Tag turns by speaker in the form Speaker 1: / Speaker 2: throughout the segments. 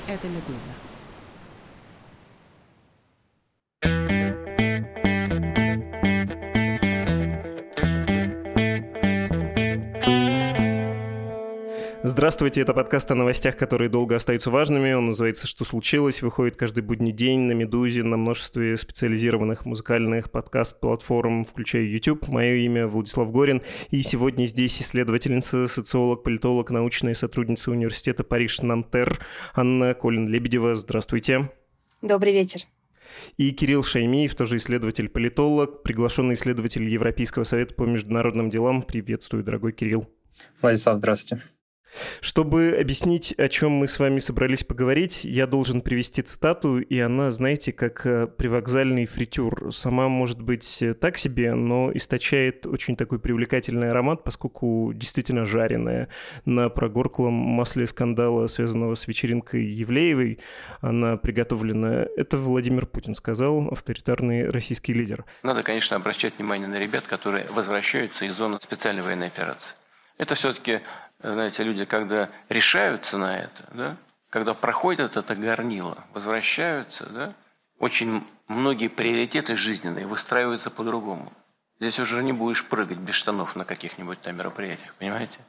Speaker 1: Это «Медуза».
Speaker 2: Здравствуйте, это подкаст о новостях, которые долго остаются важными. Он называется «Что случилось?», выходит каждый будний день на «Медузе», на множестве специализированных музыкальных подкаст-платформ, включая YouTube. Мое имя Владислав Горин, и сегодня здесь исследовательница, социолог, политолог, научная сотрудница университета Париж-Нантер Анна Колин-Лебедева. Здравствуйте.
Speaker 3: Добрый вечер.
Speaker 2: И Кирилл Шаймиев, тоже исследователь-политолог, приглашенный исследователь Европейского совета по международным делам. Приветствую, дорогой Кирилл.
Speaker 4: Владислав, здравствуйте.
Speaker 2: Чтобы объяснить, о чем мы с вами собрались поговорить, я должен привести цитату, и она, знаете, как привокзальный фритюр. Сама может быть так себе, но источает очень такой привлекательный аромат, поскольку действительно жареная. На прогорклом масле скандала, связанного с вечеринкой Евлеевой, она приготовлена. Это Владимир Путин сказал, авторитарный российский лидер.
Speaker 5: Надо, конечно, обращать внимание на ребят, которые возвращаются из зоны специальной военной операции. Это все-таки, знаете, люди, когда решаются на это, да, когда проходят это горнило, возвращаются, да, очень многие приоритеты жизненные выстраиваются по-другому. Здесь уже не будешь прыгать без штанов на каких-нибудь там мероприятиях, понимаете?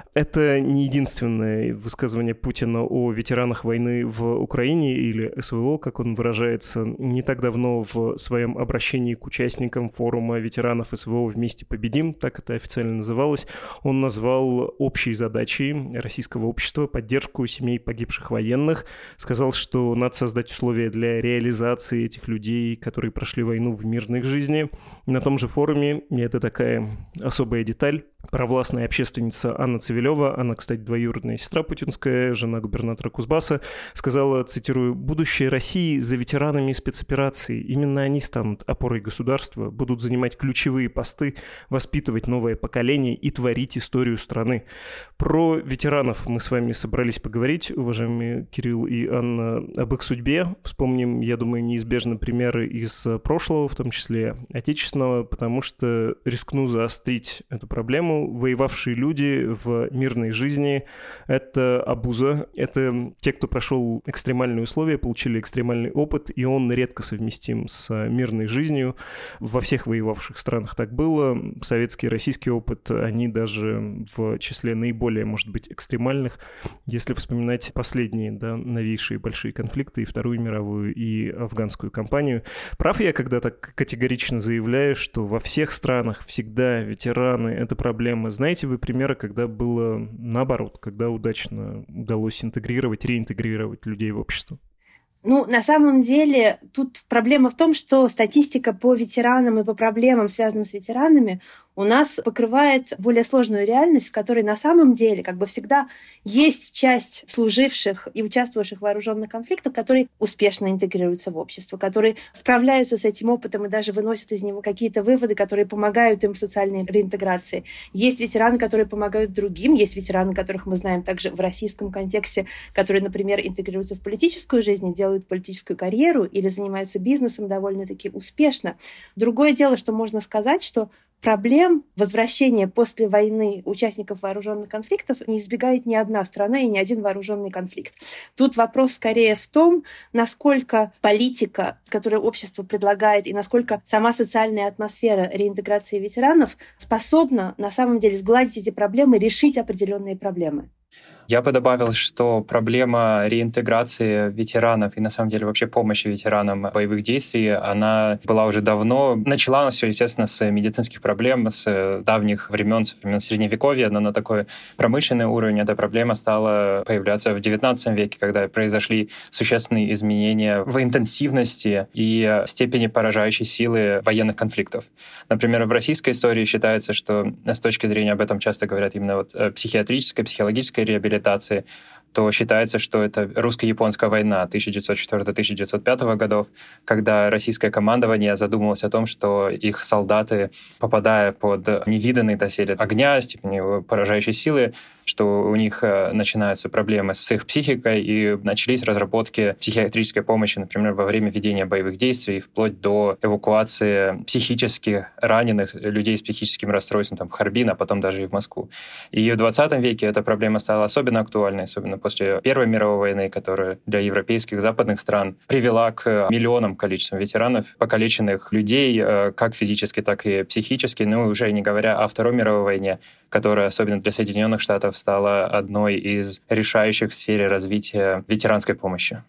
Speaker 2: Это не единственное высказывание Путина о ветеранах войны в Украине или СВО, как он выражается. Не так давно в своем обращении к участникам форума ветеранов СВО «Вместе победим», так это официально называлось, он назвал общей задачей российского общества поддержку семей погибших военных, сказал, что надо создать условия для реализации этих людей, которые прошли войну в мирной жизни. На том же форуме, и это такая особая деталь, провластная общественница Анна Цивилева, она, кстати, двоюродная сестра путинская, жена губернатора Кузбасса, сказала, цитирую, «Будущее России за ветеранами спецоперации. Именно они станут опорой государства, будут занимать ключевые посты, воспитывать новое поколение и творить историю страны». Про ветеранов мы с вами собрались поговорить, уважаемые Кирилл и Анна, об их судьбе. Вспомним, я думаю, неизбежно примеры из прошлого, в том числе отечественного, потому что рискну заострить эту проблему. Воевавшие люди в мирной жизни — это обуза, это те, кто прошел экстремальные условия, получили экстремальный опыт, и он редко совместим с мирной жизнью. Во всех воевавших странах так было. Советский и российский опыт, они даже в числе наиболее, может быть, экстремальных, если вспоминать последние, да, новейшие большие конфликты, и Вторую мировую, и афганскую кампанию. Прав я, когда так категорично заявляю, что во всех странах всегда ветераны — это проблема. Знаете вы примеры, когда было наоборот, когда удачно удалось интегрировать, реинтегрировать людей в общество?
Speaker 3: На самом деле, тут проблема в том, что статистика по ветеранам и по проблемам, связанным с ветеранами, у нас покрывает более сложную реальность, в которой на самом деле, как бы всегда, есть часть служивших и участвовавших в вооруженных конфликтах, которые успешно интегрируются в общество, которые справляются с этим опытом и даже выносят из него какие-то выводы, которые помогают им в социальной реинтеграции. Есть ветераны, которые помогают другим, есть ветераны, которых мы знаем также в российском контексте, которые, например, интегрируются в политическую жизнь, делают политическую карьеру или занимаются бизнесом довольно-таки успешно. Другое дело, что можно сказать, что проблем возвращения после войны участников вооруженных конфликтов не избегает ни одна страна и ни один вооруженный конфликт. Тут вопрос скорее в том, насколько политика, которую общество предлагает, и насколько сама социальная атмосфера реинтеграции ветеранов способна на самом деле сгладить эти проблемы, решить определенные проблемы.
Speaker 4: Я бы добавил, что проблема реинтеграции ветеранов и, на самом деле, вообще помощи ветеранам боевых действий, она была уже давно. Начала все, естественно, с медицинских проблем, с давних времен, с времен Средневековья, но на такой промышленный уровень эта проблема стала появляться в XIX веке, когда произошли существенные изменения в интенсивности и степени поражающей силы военных конфликтов. Например, в российской истории считается, что с точки зрения, об этом часто говорят, именно психиатрической, психологической реабилитации, то считается, что это русско-японская война 1904-1905 годов, когда российское командование задумалось о том, что их солдаты, попадая под невиданный доселе огня, степени поражающей силы, что у них начинаются проблемы с их психикой, и начались разработки психиатрической помощи, например, во время ведения боевых действий, вплоть до эвакуации психически раненых людей с психическим расстройством в Харбин, а потом даже и в Москву. И в 20 веке эта проблема стала особенно актуальной, особенно после Первой мировой войны, которая для европейских, западных стран привела к миллионам количествам ветеранов, покалеченных людей, как физически, так и психически, ну и уже не говоря о Второй мировой войне, которая, особенно для Соединенных Штатов, стала одной из решающих в сфере развития ветеранской помощи.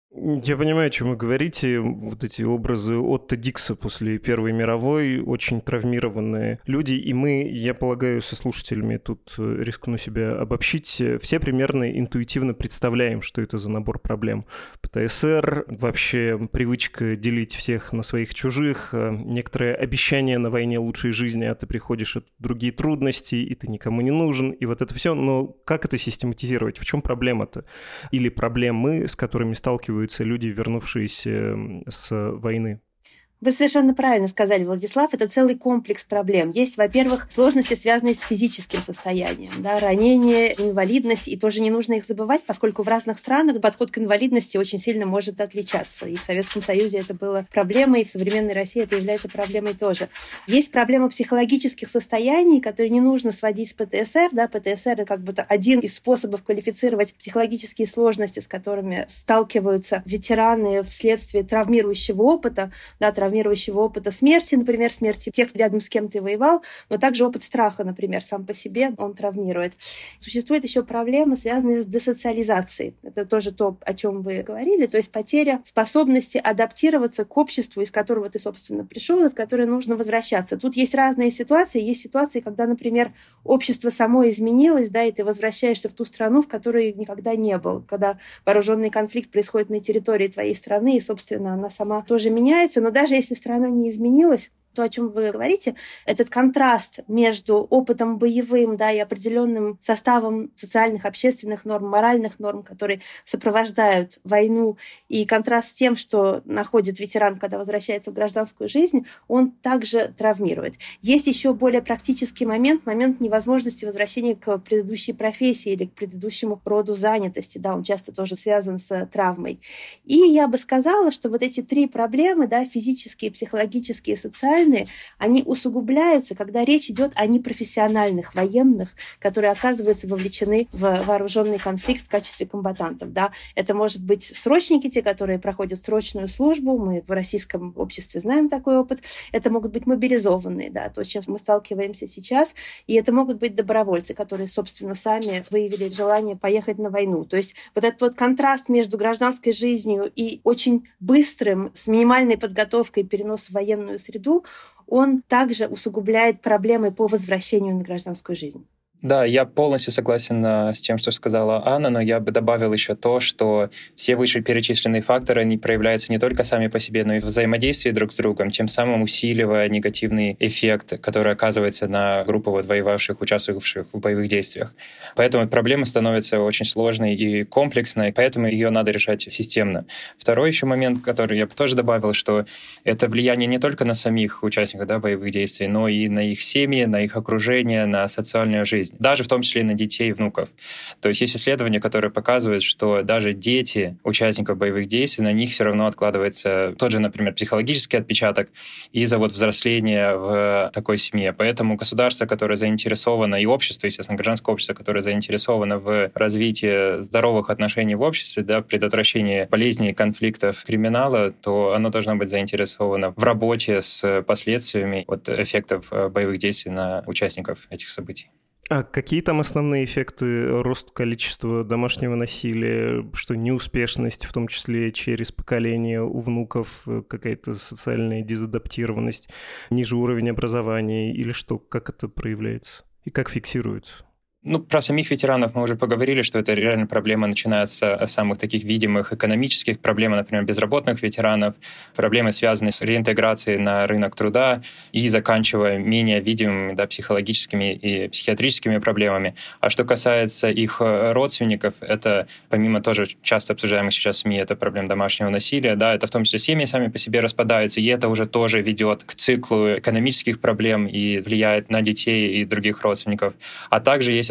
Speaker 2: Я понимаю, о чем вы говорите. Вот эти образы Отто Дикса после Первой мировой, очень травмированные люди. И мы, я полагаю, со слушателями тут рискну себя обобщить, все примерно интуитивно представляем, что это за набор проблем. ПТСР, вообще привычка делить всех на своих чужих, некоторое обещание на войне лучшей жизни, а ты приходишь от другие трудности, и ты никому не нужен, и вот это все. Но как это систематизировать? В чем проблема-то? Или проблемы, с которыми сталкиваются люди, вернувшиеся с войны?
Speaker 3: Вы совершенно правильно сказали, Владислав, это целый комплекс проблем. Есть, во-первых, сложности, связанные с физическим состоянием, да, ранения, инвалидность, и тоже не нужно их забывать, поскольку в разных странах подход к инвалидности очень сильно может отличаться. И в Советском Союзе это было проблемой, и в современной России это является проблемой тоже. Есть проблема психологических состояний, которые не нужно сводить с ПТСР. Да, ПТСР — это как бы один из способов квалифицировать психологические сложности, с которыми сталкиваются ветераны вследствие травмирующего опыта, да, травмирующего опыта смерти, например, смерти тех, кто рядом с кем ты воевал, но также опыт страха, например, сам по себе, он травмирует. Существует еще проблема, связанная с десоциализацией. Это тоже то, о чем вы говорили, то есть потеря способности адаптироваться к обществу, из которого ты, собственно, пришел, и в которое нужно возвращаться. Тут есть разные ситуации. Есть ситуации, когда, например, общество само изменилось, да, и ты возвращаешься в ту страну, в которой никогда не был, когда вооруженный конфликт происходит на территории твоей страны, и, собственно, она сама тоже меняется. Но даже если страна не изменилась, то, о чем вы говорите, этот контраст между опытом боевым, да, и определенным составом социальных, общественных норм, моральных норм, которые сопровождают войну, и контраст с тем, что находит ветеран, когда возвращается в гражданскую жизнь, он также травмирует. Есть еще более практический момент невозможности возвращения к предыдущей профессии или к предыдущему роду занятости. Да, он часто тоже связан с травмой. И я бы сказала, что вот эти три проблемы, да, физические, психологические, социальные, они усугубляются, когда речь идет о непрофессиональных военных, которые оказываются вовлечены в вооруженный конфликт в качестве комбатантов. Да. Это может быть срочники, те, которые проходят срочную службу, мы в российском обществе знаем такой опыт. Это могут быть мобилизованные, да, то, с чем мы сталкиваемся сейчас, и это могут быть добровольцы, которые, собственно, сами выявили желание поехать на войну. То есть вот этот вот контраст между гражданской жизнью и очень быстрым, с минимальной подготовкой перенос в военную среду, он также усугубляет проблемы по возвращению на гражданскую жизнь.
Speaker 4: Да, я полностью согласен с тем, что сказала Анна, но я бы добавил еще то, что все вышеперечисленные факторы, они проявляются не только сами по себе, но и в взаимодействии друг с другом, тем самым усиливая негативный эффект, который оказывается на группу воевавших, участвовавших в боевых действиях. Поэтому проблема становится очень сложной и комплексной, поэтому ее надо решать системно. Второй еще момент, который я бы тоже добавил, что это влияние не только на самих участников, да, боевых действий, но и на их семьи, на их окружение, на социальную жизнь. Даже в том числе и на детей и внуков. То есть есть исследования, которые показывают, что даже дети участников боевых действий, на них все равно откладывается тот же, например, психологический отпечаток из-за взросления в такой семье. Поэтому государство, которое заинтересовано, и общество, естественно, гражданское общество, которое заинтересовано в развитии здоровых отношений в обществе, да, предотвращении болезней, конфликтов, криминала, то оно должно быть заинтересовано в работе с последствиями от эффектов боевых действий на участников этих событий.
Speaker 2: А какие там основные эффекты? Рост количества домашнего насилия, что неуспешность, в том числе через поколение у внуков, какая-то социальная дезадаптированность, ниже уровень образования или что? Как это проявляется и как фиксируется?
Speaker 4: Про самих ветеранов мы уже поговорили, что это реально проблема начинается с самых таких видимых экономических проблем, например, безработных ветеранов, проблемы, связанные с реинтеграцией на рынок труда и заканчивая менее видимыми, да, психологическими и психиатрическими проблемами. А что касается их родственников, это помимо тоже часто обсуждаемых сейчас в СМИ, это проблем домашнего насилия, да, это в том числе семьи сами по себе распадаются, и это уже тоже ведет к циклу экономических проблем и влияет на детей и других родственников. А также есть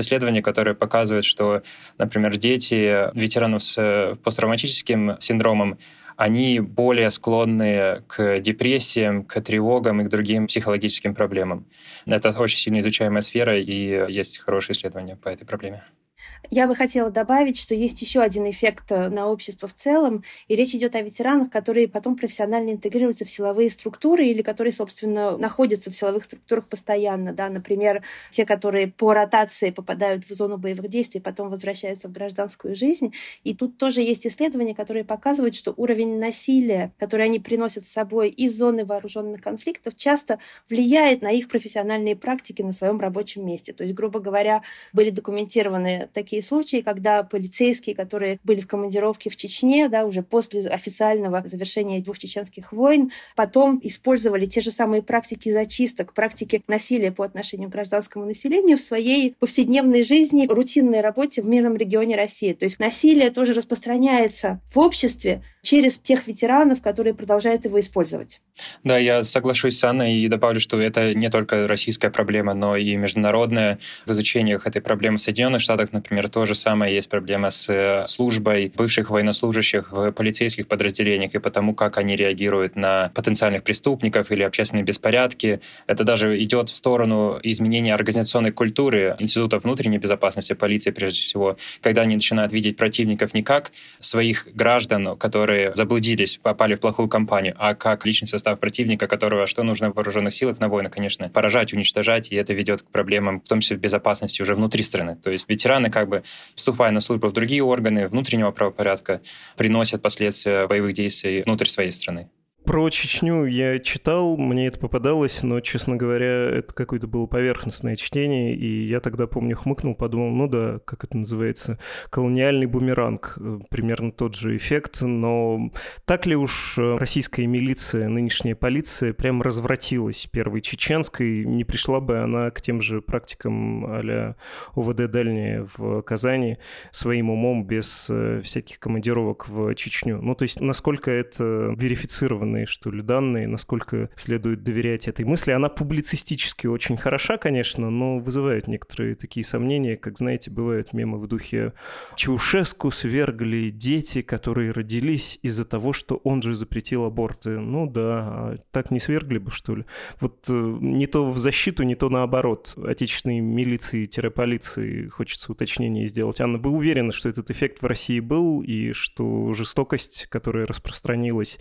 Speaker 4: исследования, которые показывают, что, например, дети ветеранов с посттравматическим синдромом, они более склонны к депрессиям, к тревогам и к другим психологическим проблемам. Это очень сильно изучаемая сфера, и есть хорошие исследования по этой проблеме.
Speaker 3: Я бы хотела добавить, что есть еще один эффект на общество в целом, и речь идет о ветеранах, которые потом профессионально интегрируются в силовые структуры или которые, собственно, находятся в силовых структурах постоянно. Да? Например, те, которые по ротации попадают в зону боевых действий, потом возвращаются в гражданскую жизнь. И тут тоже есть исследования, которые показывают, что уровень насилия, который они приносят с собой из зоны вооруженных конфликтов, часто влияет на их профессиональные практики на своем рабочем месте. То есть, грубо говоря, были документированы такие случаи, когда полицейские, которые были в командировке в Чечне, да, уже после официального завершения 2 чеченских войн, потом использовали те же самые практики зачисток, практики насилия по отношению к гражданскому населению в своей повседневной жизни, рутинной работе в мирном регионе России. То есть насилие тоже распространяется в обществе через тех ветеранов, которые продолжают его использовать.
Speaker 4: Да, я соглашусь с Анной и добавлю, что это не только российская проблема, но и международная. В изучениях этой проблемы в Соединенных Штатах, например, то же самое есть проблема с службой бывших военнослужащих в полицейских подразделениях и потому, как они реагируют на потенциальных преступников или общественные беспорядки. Это даже идет в сторону изменения организационной культуры институтов внутренней безопасности, полиции прежде всего, когда они начинают видеть противников не как своих граждан, которые заблудились, попали в плохую компанию, а как личный состав противника, которого что нужно в вооруженных силах на войнах, конечно, поражать, уничтожать, и это ведет к проблемам, в том числе в безопасности уже внутри страны. То есть ветераны, как бы вступая на службу в другие органы внутреннего правопорядка, приносят последствия боевых действий внутрь своей страны.
Speaker 2: Про Чечню я читал, мне это попадалось, но, честно говоря, это какое-то было поверхностное чтение, и я тогда, помню, хмыкнул, подумал, ну да, как это называется, колониальный бумеранг, примерно тот же эффект, но так ли уж российская милиция, нынешняя полиция прям развратилась первой чеченской, не пришла бы она к тем же практикам а-ля ОВД Дальнее в Казани своим умом без всяких командировок в Чечню? Ну, то есть, насколько это верифицировано, что ли, данные, насколько следует доверять этой мысли. Она публицистически очень хороша, конечно, но вызывает некоторые такие сомнения, как, знаете, бывают мемы в духе «Чаушеску свергли дети, которые родились из-за того, что он же запретил аборты». Ну да, а так не свергли бы, что ли? Вот не то в защиту, не то наоборот. Отечественной милиции-полиции хочется уточнение сделать. Анна, вы уверены, что этот эффект в России был и что жестокость, которая распространилась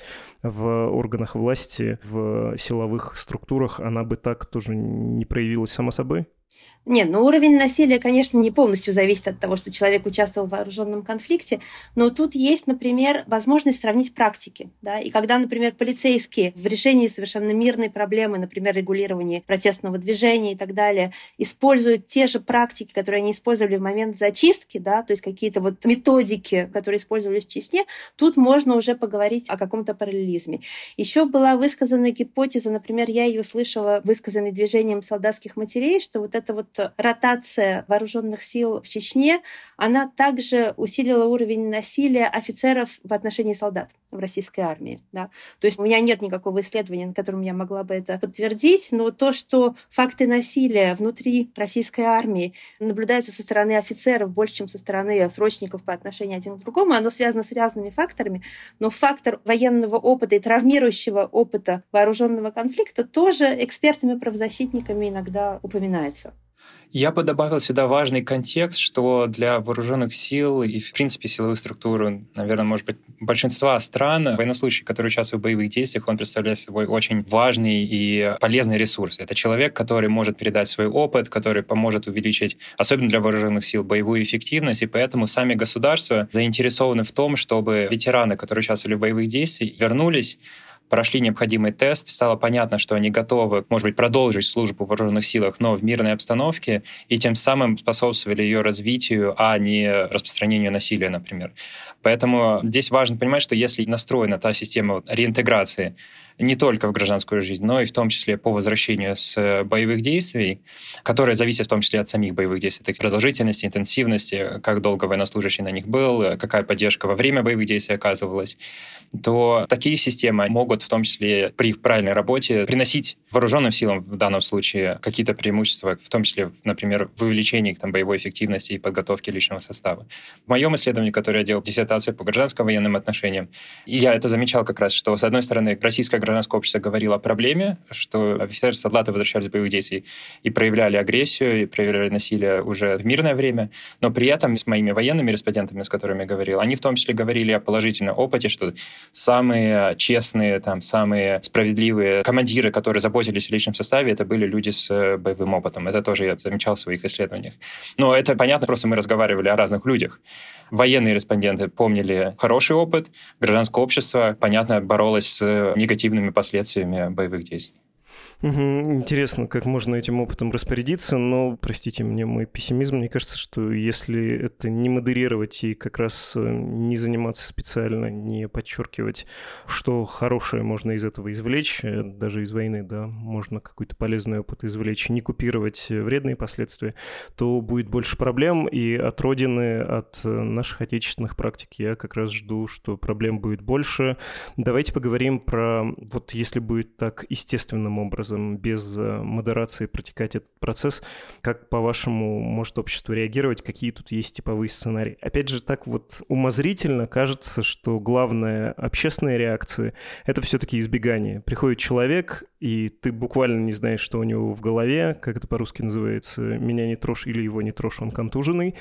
Speaker 2: в органах власти, в силовых структурах, она бы так тоже не проявилась само собой?
Speaker 3: Нет, но уровень насилия, конечно, не полностью зависит от того, что человек участвовал в вооруженном конфликте, но тут есть, например, возможность сравнить практики. Да? И когда, например, полицейские в решении совершенно мирной проблемы, например, регулирования протестного движения и так далее, используют те же практики, которые они использовали в момент зачистки, да, то есть какие-то вот методики, которые использовались в Чечне, тут можно уже поговорить о каком-то параллелизме. Еще была высказана гипотеза, например, я ее слышала, высказанной движением солдатских матерей, что вот эта вот ротация вооруженных сил в Чечне, она также усилила уровень насилия офицеров в отношении солдат в российской армии. Да? То есть у меня нет никакого исследования, на котором я могла бы это подтвердить, но то, что факты насилия внутри российской армии наблюдаются со стороны офицеров больше, чем со стороны срочников по отношению один к другому, оно связано с разными факторами, но фактор военного опыта и травмирующего опыта вооруженного конфликта тоже экспертами-правозащитниками иногда упоминается.
Speaker 4: Я бы добавил сюда важный контекст, что для вооруженных сил и, в принципе, силовых структур, наверное, может быть, большинства стран, военнослужащий, который участвует в боевых действиях, он представляет собой очень важный и полезный ресурс. Это человек, который может передать свой опыт, который поможет увеличить, особенно для вооруженных сил, боевую эффективность, и поэтому сами государства заинтересованы в том, чтобы ветераны, которые участвовали в боевых действиях, вернулись, прошли необходимый тест, стало понятно, что они готовы, может быть, продолжить службу в вооруженных силах, но в мирной обстановке, и тем самым способствовали ее развитию, а не распространению насилия, например. Поэтому здесь важно понимать, что если настроена та система реинтеграции не только в гражданскую жизнь, но и в том числе по возвращению с боевых действий, которые зависят в том числе от самих боевых действий, так продолжительности, интенсивности, как долго военнослужащий на них был, какая поддержка во время боевых действий оказывалась, то такие системы могут в том числе при их правильной работе приносить вооруженным силам в данном случае какие-то преимущества, в том числе, например, в увеличении боевой эффективности и подготовки личного состава. В моем исследовании, которое я делал, диссертация по гражданско-военным отношениям, и я это замечал как раз, что, с одной стороны, российское гражданское общество говорило о проблеме, что офицеры, солдаты возвращались с боевых действий и проявляли агрессию, и проявляли насилие уже в мирное время, но при этом с моими военными респондентами, с которыми я говорил, они в том числе говорили о положительном опыте, что самые честные, самые справедливые командиры, которые заботились о личном составе, это были люди с боевым опытом. Это тоже я замечал в своих исследованиях. Но это понятно, просто мы разговаривали о разных людях. Военные респонденты помнили хороший опыт, гражданское общество, понятно, боролось с негативными последствиями боевых действий.
Speaker 2: Интересно, как можно этим опытом распорядиться, но, простите мне мой пессимизм, мне кажется, что если это не модерировать и как раз не заниматься специально, не подчеркивать, что хорошее можно из этого извлечь, даже из войны, да, можно какой-то полезный опыт извлечь, не купировать вредные последствия, то будет больше проблем, и от Родины, от наших отечественных практик я как раз жду, что проблем будет больше. Давайте поговорим про, вот если будет так естественным образом, без модерации протекать этот процесс, как, по-вашему, может общество реагировать, какие тут есть типовые сценарии? Опять же, так вот умозрительно кажется, что главная общественная реакция — это все-таки избегание. Приходит человек, и ты буквально не знаешь, что у него в голове, как это по-русски называется, «меня не трожь» или «его не трожь, он контуженный».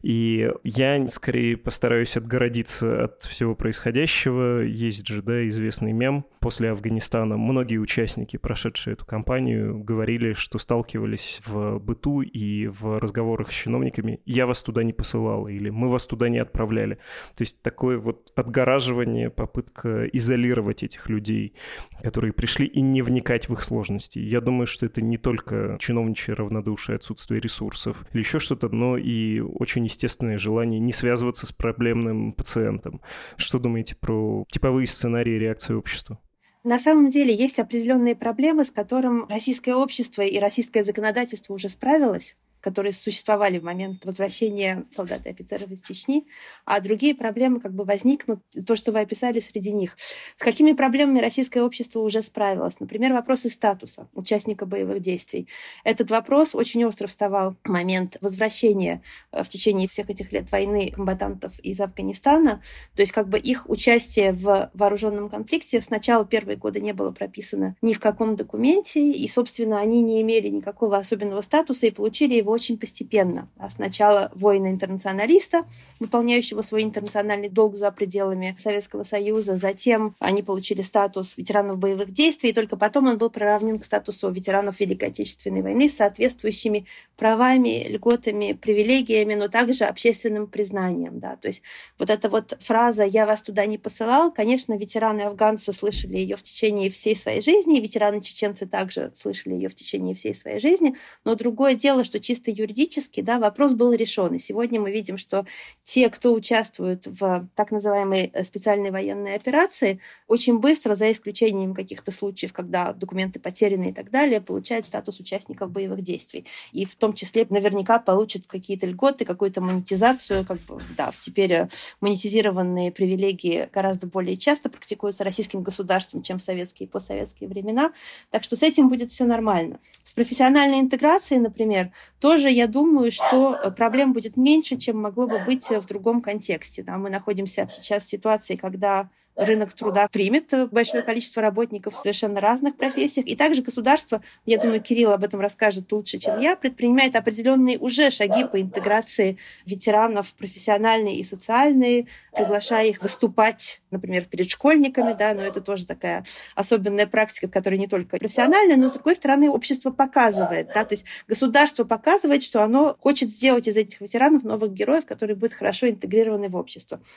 Speaker 2: И я скорее постараюсь отгородиться от всего происходящего. Есть же, да, известный мем. После Афганистана многие участники, прошедшие эту кампанию, говорили, что сталкивались в быту и в разговорах с чиновниками: «Я вас туда не посылала» или «Мы вас туда не отправляли». То есть такое вот отгораживание, попытка изолировать этих людей, которые пришли, и не вникать в их сложности. Я думаю, что это не только чиновничье равнодушие, отсутствие ресурсов или еще что-то, но и очень естественное желание не связываться с проблемным пациентом. Что думаете про типовые сценарии реакции общества?
Speaker 3: На самом деле есть определенные проблемы, с которыми российское общество и российское законодательство уже справилось, которые существовали в момент возвращения солдат и офицеров из Чечни, а другие проблемы возникнут, то, что вы описали среди них. С какими проблемами российское общество уже справилось? Например, вопросы статуса участника боевых действий. Этот вопрос очень остро вставал в момент возвращения в течение всех этих лет войны комбатантов из Афганистана. То есть их участие в вооруженном конфликте сначала первые годы не было прописано ни в каком документе, и, собственно, они не имели никакого особенного статуса и получили его очень постепенно. Сначала воина-интернационалиста, выполняющего свой интернациональный долг за пределами Советского Союза, затем они получили статус ветеранов боевых действий, и только потом он был приравнен к статусу ветеранов Великой Отечественной войны с соответствующими правами, льготами, привилегиями, но также общественным признанием. Да. То есть вот эта вот фраза «я вас туда не посылал», конечно, ветераны-афганцы слышали ее в течение всей своей жизни, и ветераны-чеченцы также слышали ее в течение всей своей жизни, но другое дело, что чисто юридически, да, вопрос был решен. И сегодня мы видим, что те, кто участвует в так называемой специальной военной операции, очень быстро, за исключением каких-то случаев, когда документы потеряны и так далее, получают статус участников боевых действий. И в том числе наверняка получат какие-то льготы, какую-то монетизацию. Теперь монетизированные привилегии гораздо более часто практикуются российским государством, чем в советские и постсоветские времена. Так что с этим будет все нормально. С профессиональной интеграцией, например, тоже я думаю, что проблем будет меньше, чем могло бы быть в другом контексте. Да, мы находимся сейчас в ситуации, когда рынок труда примет большое количество работников в совершенно разных профессиях. И также государство, я думаю, Кирилл об этом расскажет лучше, чем я, предпринимает определенные уже шаги по интеграции ветеранов профессиональные и социальные, приглашая их выступать, например, перед школьниками, да, но это тоже такая особенная практика, которая не только профессиональная, но, с другой стороны, общество показывает, да, то есть государство показывает, что оно хочет сделать из этих ветеранов новых героев, которые будут хорошо интегрированы в общество.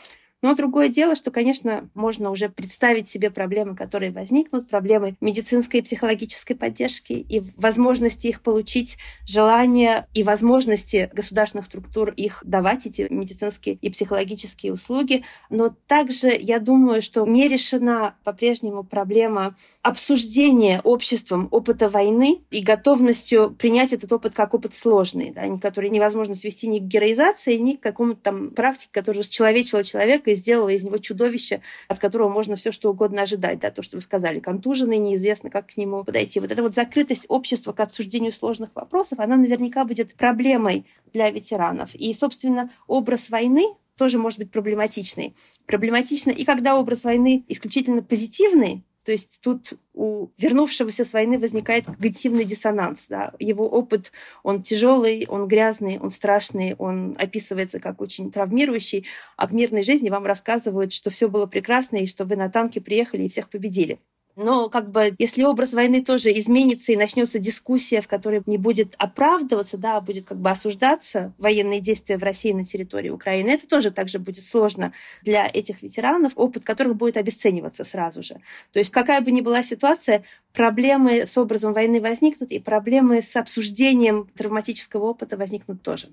Speaker 3: Но другое дело, что, конечно, можно уже представить себе проблемы, которые возникнут, проблемы медицинской и психологической поддержки и возможности их получить, желание и возможности государственных структур их давать, эти медицинские и психологические услуги. Но также я думаю, что не решена по-прежнему проблема обсуждения обществом опыта войны и готовностью принять этот опыт как опыт сложный, да, который невозможно свести ни к героизации, ни к какому-то там практике, которая расчеловечила человека и сделала из него чудовище, от которого можно все что угодно ожидать. Да, то, что вы сказали, контуженный, неизвестно, как к нему подойти. Вот эта вот закрытость общества к обсуждению сложных вопросов, она наверняка будет проблемой для ветеранов. И, собственно, образ войны тоже может быть проблематичный. Проблематично и когда образ войны исключительно позитивный, то есть тут у вернувшегося с войны возникает когнитивный диссонанс. Да? Его опыт, он тяжелый, он грязный, он страшный, он описывается как очень травмирующий, а в мирной жизни вам рассказывают, что все было прекрасно и что вы на танке приехали и всех победили. Но если образ войны тоже изменится и начнется дискуссия, в которой не будет оправдываться, да, а будет осуждаться военные действия в России на территории Украины, это тоже также будет сложно для этих ветеранов, опыт которых будет обесцениваться сразу же. То есть какая бы ни была ситуация, проблемы с образом войны возникнут, и проблемы с обсуждением травматического опыта возникнут тоже.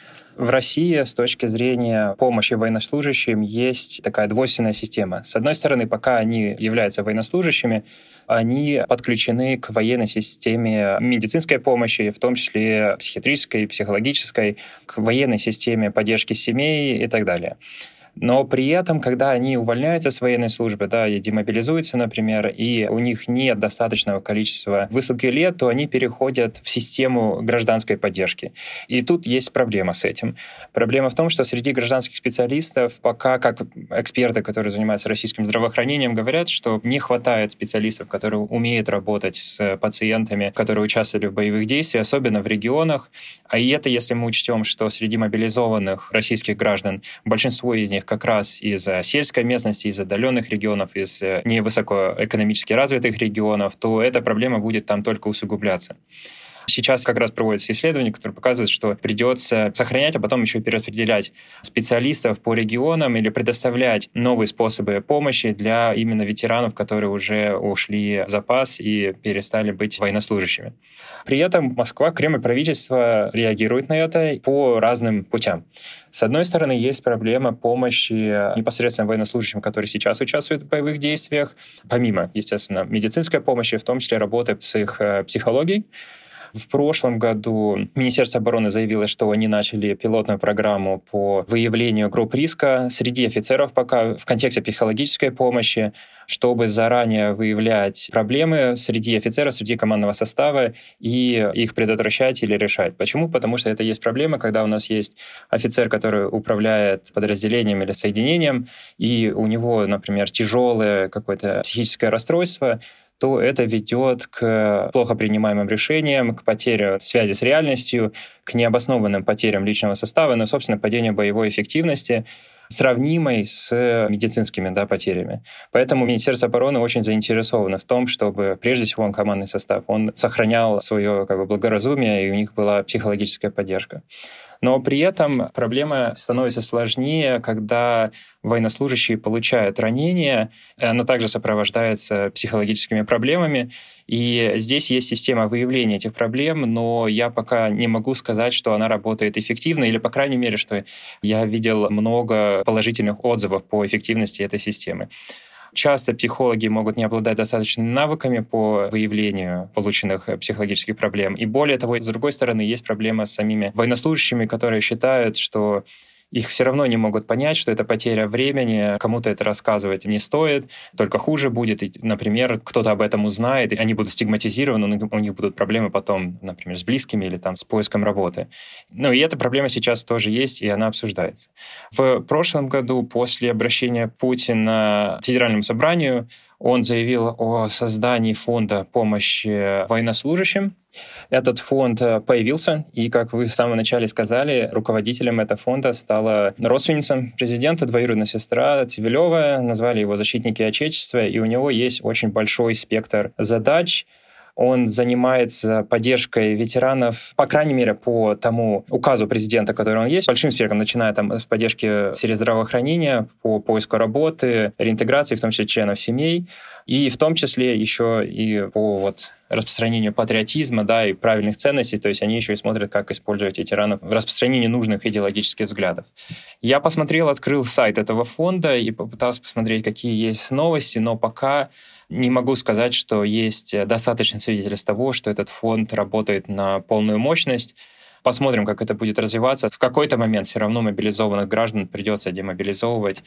Speaker 4: В России с точки зрения помощи военнослужащим есть такая двойственная система. С одной стороны, пока они являются военнослужащими, они подключены к военной системе медицинской помощи, в том числе психиатрической, психологической, к военной системе поддержки семей и так далее. Но при этом, когда они увольняются с военной службы, да, и демобилизуются, например, и у них нет достаточного количества высылки лет, то они переходят в систему гражданской поддержки. И тут есть проблема с этим. Проблема в том, что среди гражданских специалистов пока, как эксперты, которые занимаются российским здравоохранением, говорят, что не хватает специалистов, которые умеют работать с пациентами, которые участвовали в боевых действиях, особенно в регионах. А и это, если мы учтем, что среди мобилизованных российских граждан большинство из них как раз из сельской местности, из отдаленных регионов, из невысокоэкономически развитых регионов, то эта проблема будет там только усугубляться. Сейчас как раз проводятся исследования, которые показывают, что придется сохранять, а потом еще и перераспределять специалистов по регионам или предоставлять новые способы помощи для именно ветеранов, которые уже ушли в запас и перестали быть военнослужащими. При этом Москва, Кремль, правительство реагирует на это по разным путям. С одной стороны, есть проблема помощи непосредственно военнослужащим, которые сейчас участвуют в боевых действиях, помимо, естественно, медицинской помощи, в том числе работы с их психологией. В прошлом году Министерство обороны заявило, что они начали пилотную программу по выявлению групп риска среди офицеров пока в контексте психологической помощи, чтобы заранее выявлять проблемы среди офицеров, среди командного состава и их предотвращать или решать. Почему? Потому что это есть проблема, когда у нас есть офицер, который управляет подразделением или соединением, и у него, например, тяжелое какое-то психическое расстройство, то это ведет к плохо принимаемым решениям, к потере связи с реальностью, к необоснованным потерям личного состава, но, собственно, падению боевой эффективности, сравнимой с медицинскими потерями. Поэтому Министерство обороны очень заинтересовано в том, чтобы, прежде всего, командный состав, он сохранял свое благоразумие, и у них была психологическая поддержка. Но при этом проблема становится сложнее, когда военнослужащие получают ранения, оно также сопровождается психологическими проблемами, и здесь есть система выявления этих проблем, но я пока не могу сказать, что она работает эффективно, или, по крайней мере, что я видел много положительных отзывов по эффективности этой системы. Часто психологи могут не обладать достаточными навыками по выявлению полученных психологических проблем. И более того, с другой стороны, есть проблема с самими военнослужащими, которые считают, что их все равно не могут понять, что это потеря времени, кому-то это рассказывать не стоит, только хуже будет. И, например, кто-то об этом узнает, и они будут стигматизированы, у них будут проблемы потом, например, с близкими или с поиском работы. И эта проблема сейчас тоже есть, и она обсуждается. В прошлом году, после обращения Путина к Федеральному собранию, он заявил о создании фонда помощи военнослужащим. Этот фонд появился, и, как вы в самом начале сказали, руководителем этого фонда стала родственница президента, двоюродная сестра Цивилева. Назвали его «Защитники Отечества», и у него есть очень большой спектр задач. Он занимается поддержкой ветеранов, по крайней мере, по тому указу президента, который он есть, большим спектром, начиная там с поддержки в сфере здравоохранения, по поиску работы, реинтеграции, в том числе членов семей, и в том числе еще и по распространению патриотизма, да, и правильных ценностей, то есть они еще и смотрят, как использовать ветеранов в распространении нужных идеологических взглядов. Я открыл сайт этого фонда и попытался посмотреть, какие есть новости, но пока не могу сказать, что есть достаточно свидетельств того, что этот фонд работает на полную мощность. Посмотрим, как это будет развиваться. В какой-то момент все равно мобилизованных граждан придется демобилизовывать,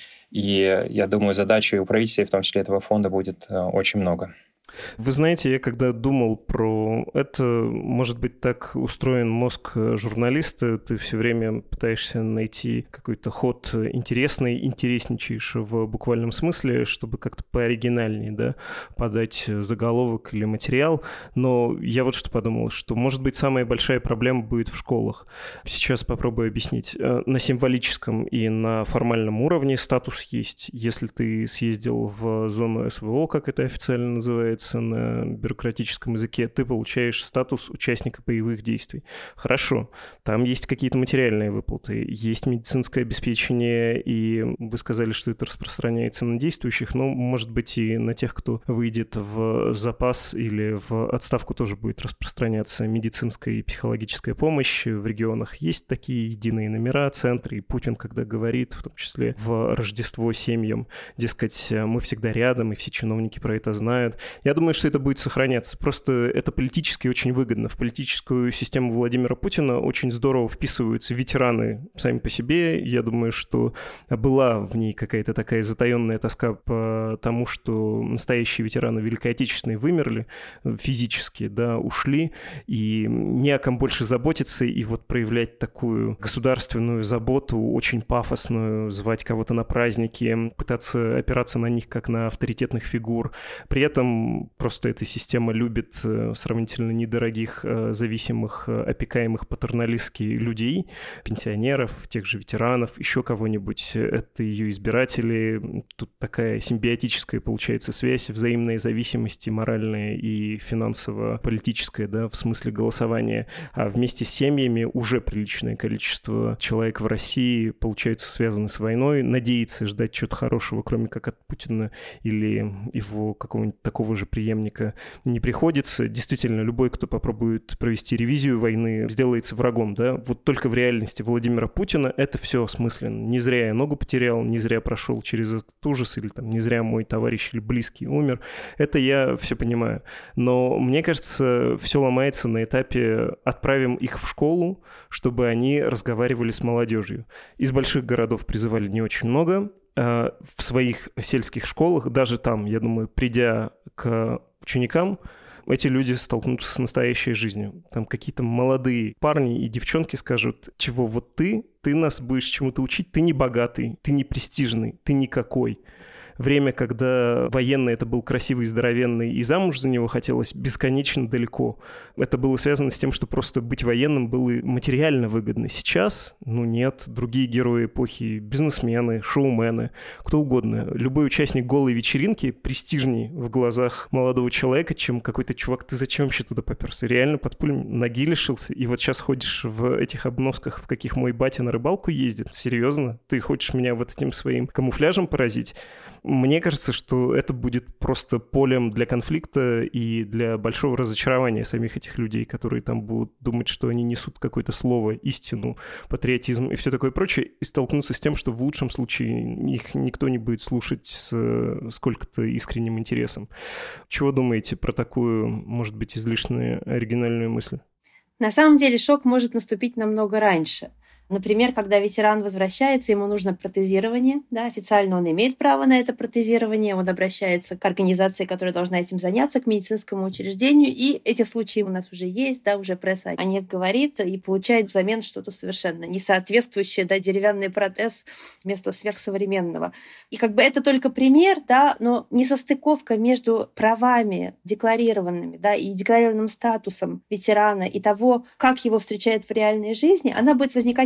Speaker 4: и я думаю, задачей у правительства, в том числе этого фонда, будет очень много.
Speaker 2: Вы знаете, я когда думал про это, может быть, так устроен мозг журналиста, ты все время пытаешься найти какой-то ход интересный, интересничаешь в буквальном смысле, чтобы как-то пооригинальнее, да, подать заголовок или материал, но я вот что подумал, что, может быть, самая большая проблема будет в школах. Сейчас попробую объяснить. На символическом и на формальном уровне статус есть. Если ты съездил в зону СВО, как это официально называется, на бюрократическом языке, ты получаешь статус участника боевых действий. Хорошо, там есть какие-то материальные выплаты, есть медицинское обеспечение, и вы сказали, что это распространяется на действующих, но, может быть, и на тех, кто выйдет в запас или в отставку, тоже будет распространяться медицинская и психологическая помощь. В регионах есть такие единые номера, центры, и Путин, когда говорит, в том числе в Рождество семьям, дескать, мы всегда рядом, и все чиновники про это знают. Я думаю, что это будет сохраняться. Просто это политически очень выгодно. В политическую систему Владимира Путина очень здорово вписываются ветераны сами по себе. Я думаю, что была в ней какая-то такая затаенная тоска по тому, что настоящие ветераны Великой Отечественной вымерли физически, да, ушли, и не о ком больше заботиться, и вот проявлять такую государственную заботу, очень пафосную, звать кого-то на праздники, пытаться опираться на них как на авторитетных фигур. При этом просто эта система любит сравнительно недорогих, зависимых, опекаемых патерналистски людей, пенсионеров, тех же ветеранов, еще кого-нибудь. Это ее избиратели. Тут такая симбиотическая получается связь, взаимная зависимость, моральная и финансово-политическая, да, в смысле голосования. А вместе с семьями уже приличное количество человек в России, получается, связаны с войной. Надеяться ждать чего-то хорошего, кроме как от Путина или его какого-нибудь такого же преемника, не приходится. Действительно, любой, кто попробует провести ревизию войны, сделается врагом, да. Вот только в реальности Владимира Путина это все осмысленно. Не зря я ногу потерял, не зря прошел через этот ужас, или там не зря мой товарищ или близкий умер. Это я все понимаю. Но мне кажется, все ломается на этапе «отправим их в школу, чтобы они разговаривали с молодежью». Из больших городов призывали не очень много. В своих сельских школах, даже там, я думаю, придя к ученикам, эти люди столкнутся с настоящей жизнью. Там какие-то молодые парни и девчонки скажут, чего вот ты нас будешь чему-то учить, ты не богатый, ты не престижный, ты никакой. Время, когда военный это был красивый, здоровенный, и замуж за него хотелось бесконечно далеко. Это было связано с тем, что просто быть военным было материально выгодно. Сейчас, нет, другие герои эпохи, бизнесмены, шоумены, кто угодно. Любой участник голой вечеринки престижней в глазах молодого человека, чем какой-то чувак, ты зачем вообще туда попёрся? Реально под пулями ноги лишился, и вот сейчас ходишь в этих обносках, в каких мой батя на рыбалку ездит? Серьезно? Ты хочешь меня вот этим своим камуфляжем поразить? Мне кажется, что это будет просто полем для конфликта и для большого разочарования самих этих людей, которые там будут думать, что они несут какое-то слово, истину, патриотизм и все такое прочее, и столкнуться с тем, что в лучшем случае их никто не будет слушать с сколько-то искренним интересом. Чего думаете про такую, может быть, излишне оригинальную мысль?
Speaker 3: На самом деле шок может наступить намного раньше. Например, когда ветеран возвращается, ему нужно протезирование. Да, официально он имеет право на это протезирование. Он обращается к организации, которая должна этим заняться, к медицинскому учреждению. И эти случаи у нас уже есть, да, уже пресса о них говорит и получает взамен что-то совершенно несоответствующее, да, деревянный протез вместо сверхсовременного. И это только пример, да, но несостыковка между правами декларированными, да, и декларированным статусом ветерана и того, как его встречают в реальной жизни, она будет возникать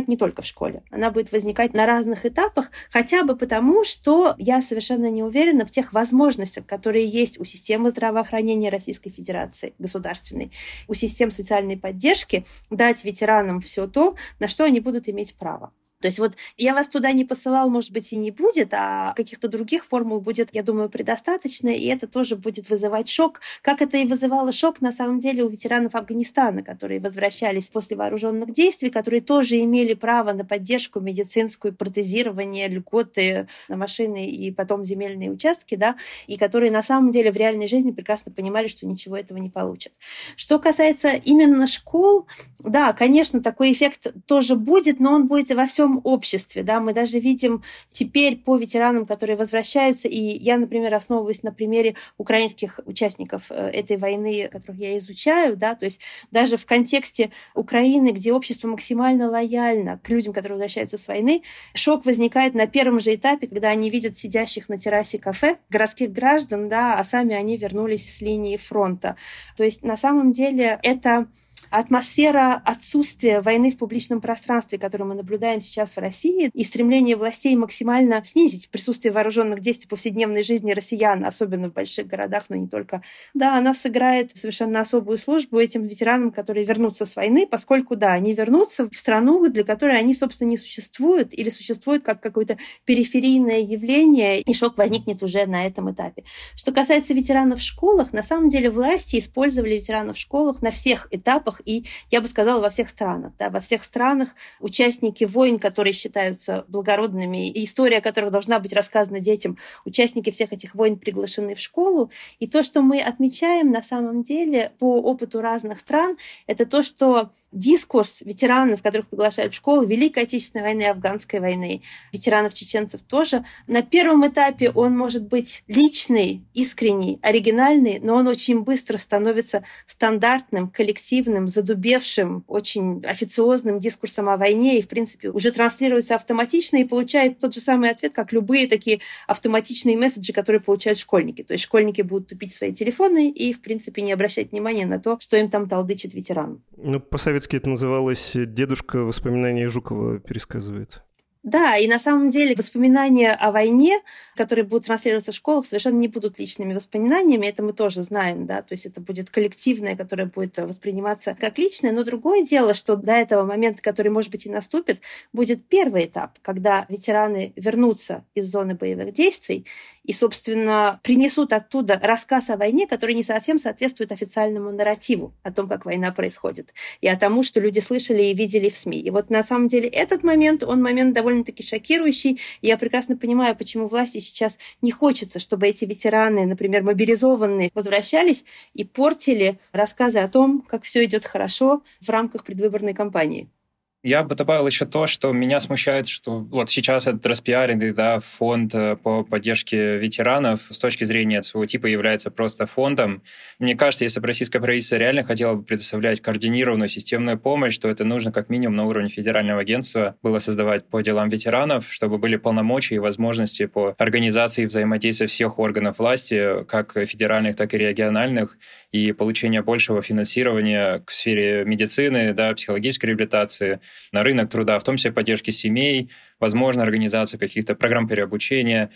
Speaker 3: не только в школе. Она будет возникать на разных этапах, хотя бы потому, что я совершенно не уверена в тех возможностях, которые есть у системы здравоохранения Российской Федерации государственной, у систем социальной поддержки дать ветеранам все то, на что они будут иметь право. То есть вот я вас туда не посылал, может быть, и не будет, а каких-то других формул будет, я думаю, предостаточно, и это тоже будет вызывать шок, как это и вызывало шок, на самом деле, у ветеранов Афганистана, которые возвращались после вооруженных действий, которые тоже имели право на поддержку медицинскую, протезирование, льготы на машины и потом земельные участки, да, и которые на самом деле в реальной жизни прекрасно понимали, что ничего этого не получат. Что касается именно школ, да, конечно, такой эффект тоже будет, но он будет и во всем обществе. Да? Мы даже видим теперь по ветеранам, которые возвращаются, и я, например, основываюсь на примере украинских участников этой войны, которых я изучаю, да? То есть даже в контексте Украины, где общество максимально лояльно к людям, которые возвращаются с войны, шок возникает на первом же этапе, когда они видят сидящих на террасе кафе городских граждан, да, а сами они вернулись с линии фронта. То есть на самом деле это атмосфера отсутствия войны в публичном пространстве, которую мы наблюдаем сейчас в России, и стремление властей максимально снизить присутствие вооруженных действий в повседневной жизни россиян, особенно в больших городах, но не только. Да, она сыграет совершенно особую службу этим ветеранам, которые вернутся с войны, поскольку, да, они вернутся в страну, для которой они, собственно, не существуют или существуют как какое-то периферийное явление, и шок возникнет уже на этом этапе. Что касается ветеранов в школах, на самом деле власти использовали ветеранов в школах на всех этапах, и, я бы сказала, во всех странах. Да, во всех странах участники войн, которые считаются благородными, и история которых должна быть рассказана детям, участники всех этих войн приглашены в школу. И то, что мы отмечаем на самом деле по опыту разных стран, это то, что дискурс ветеранов, которых приглашают в школу, Великой Отечественной войны, Афганской войны, ветеранов-чеченцев тоже, на первом этапе он может быть личный, искренний, оригинальный, но он очень быстро становится стандартным, коллективным, задубевшим, очень официозным дискурсом о войне и, в принципе, уже транслируется автоматично и получает тот же самый ответ, как любые такие автоматичные месседжи, которые получают школьники. То есть школьники будут тупить свои телефоны и, в принципе, не обращать внимания на то, что им там толдычит ветеран.
Speaker 2: Ну, по-советски это называлось «Дедушка воспоминания Жукова пересказывает».
Speaker 3: Да, и на самом деле воспоминания о войне, которые будут транслироваться в школах, совершенно не будут личными воспоминаниями, это мы тоже знаем, да, то есть это будет коллективное, которое будет восприниматься как личное, но другое дело, что до этого момента, который, может быть, и наступит, будет первый этап, когда ветераны вернутся из зоны боевых действий и, собственно, принесут оттуда рассказ о войне, который не совсем соответствует официальному нарративу о том, как война происходит, и о том, что люди слышали и видели в СМИ. И вот на самом деле этот момент, он момент довольно-таки шокирующий. И я прекрасно понимаю, почему власти сейчас не хочется, чтобы эти ветераны, например, мобилизованные, возвращались и портили рассказы о том, как все идет хорошо в рамках предвыборной кампании.
Speaker 4: Я бы добавил еще то, что меня смущает, что вот сейчас этот распиаренный, да, фонд по поддержке ветеранов с точки зрения своего типа является просто фондом. Мне кажется, если бы российское правительство реально хотело бы предоставлять координированную системную помощь, то это нужно как минимум на уровне федерального агентства было создавать по делам ветеранов, чтобы были полномочия и возможности по организации взаимодействия всех органов власти, как федеральных, так и региональных, и получения большего финансирования в сфере медицины, да, психологической реабилитации, на рынок труда, в том числе поддержки семей, возможно, организация каких-то программ переобучения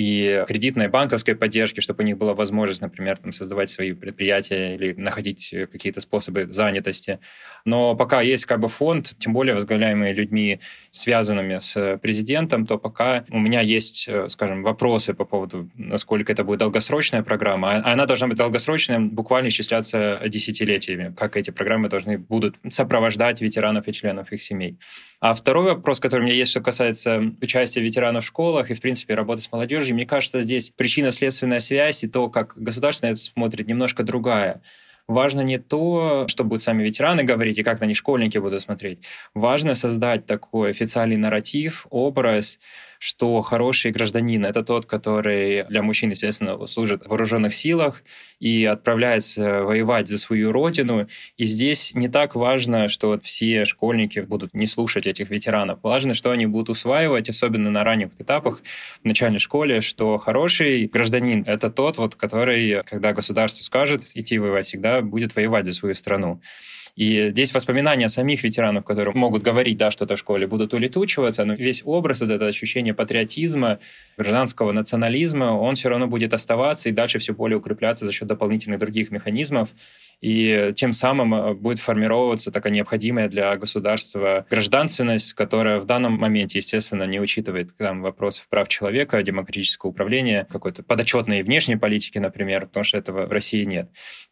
Speaker 4: и кредитной банковской поддержки, чтобы у них была возможность, например, там, создавать свои предприятия или находить какие-то способы занятости. Но пока есть как бы фонд, тем более возглавляемый людьми, связанными с президентом, то пока у меня есть, скажем, вопросы по поводу, насколько это будет долгосрочная программа. А она должна быть долгосрочной, буквально исчисляться десятилетиями, как эти программы должны будут сопровождать ветеранов и членов их семей. А второй вопрос, который у меня есть, что касается участия ветеранов в школах и, в принципе, работы с молодежью, мне кажется, здесь причинно-следственная связь и то, как государство на это смотрит, немножко другая. Важно не то, что будут сами ветераны говорить и как на них школьники будут смотреть. Важно создать такой официальный нарратив, образ, что хороший гражданин — это тот, который для мужчин, естественно, служит в вооруженных силах и отправляется воевать за свою родину. И здесь не так важно, что все школьники будут не слушать этих ветеранов. Важно, что они будут усваивать, особенно на ранних этапах в начальной школе, что хороший гражданин — это тот, вот, который, когда государство скажет идти воевать, всегда будет воевать за свою страну. И здесь воспоминания самих ветеранов, которые могут говорить, да, что-то в школе, будут улетучиваться, но весь образ, вот это ощущение патриотизма, гражданского национализма, он все равно будет оставаться и дальше все более укрепляться за счет дополнительных других механизмов. И тем самым будет формироваться такая необходимая для государства гражданственность, которая в данном моменте, естественно, не учитывает там вопросов прав человека, демократического управления, какой-то подотчетной внешней политики, например, потому что этого в России нет.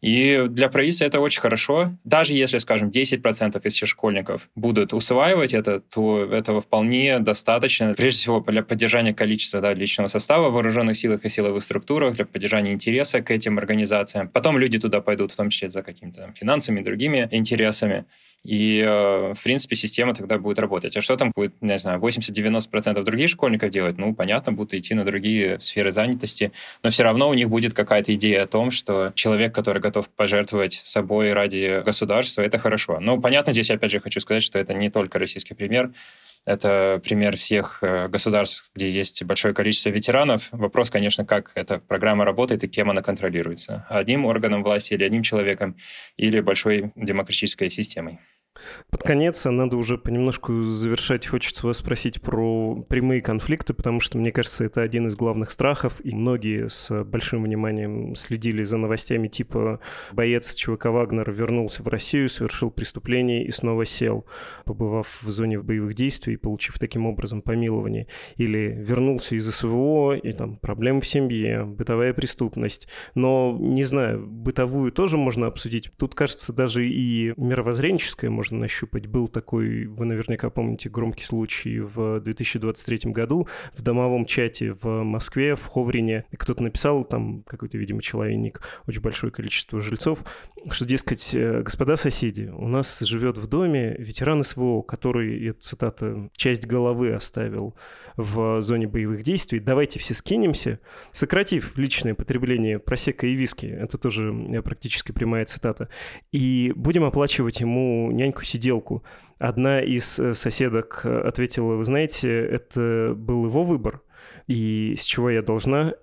Speaker 4: И для правительства это очень хорошо. Даже если, скажем, 10% из всех школьников будут усваивать это, то этого вполне достаточно, прежде всего, для поддержания количества личного состава в вооруженных силах и силовых структурах, для поддержания интереса к этим организациям. Потом люди туда пойдут, в том числе за какими-то там финансами и другими интересами. И, в принципе, система тогда будет работать. А что там будет, не знаю, 80-90% других школьников делать? Ну, понятно, будут идти на другие сферы занятости, но все равно у них будет какая-то идея о том, что человек, который готов пожертвовать собой ради государства, это хорошо. Но, понятно, здесь, опять же, хочу сказать, что это не только российский пример. Это пример всех государств, где есть большое количество ветеранов. Вопрос, конечно, как эта программа работает и кем она контролируется. Одним органом власти или одним человеком, или большой демократической системой.
Speaker 2: Под конец надо уже понемножку завершать. Хочется вас спросить про прямые конфликты, потому что, мне кажется, это один из главных страхов, и многие с большим вниманием следили за новостями типа «Боец ЧВК «Вагнер» вернулся в Россию, совершил преступление и снова сел, побывав в зоне боевых действий, получив таким образом помилование». Или «Вернулся из СВО, и там проблемы в семье, бытовая преступность». Но, не знаю, бытовую тоже можно обсудить. Тут, кажется, даже и мировоззренческое можно нащупать. Был такой, вы наверняка помните, громкий случай в 2023 году в домовом чате в Москве, в Ховрине. Кто-то написал, там какой-то, видимо, человек, очень большое количество жильцов, что, дескать, господа соседи, у нас живет в доме ветеран СВО, который, это цитата, часть головы оставил в зоне боевых действий. Давайте все скинемся, сократив личное потребление просекко и виски. Это тоже практически прямая цитата. И будем оплачивать ему няньку-сиделку. Одна из соседок ответила: вы знаете, это был его выбор, и с чего я должна?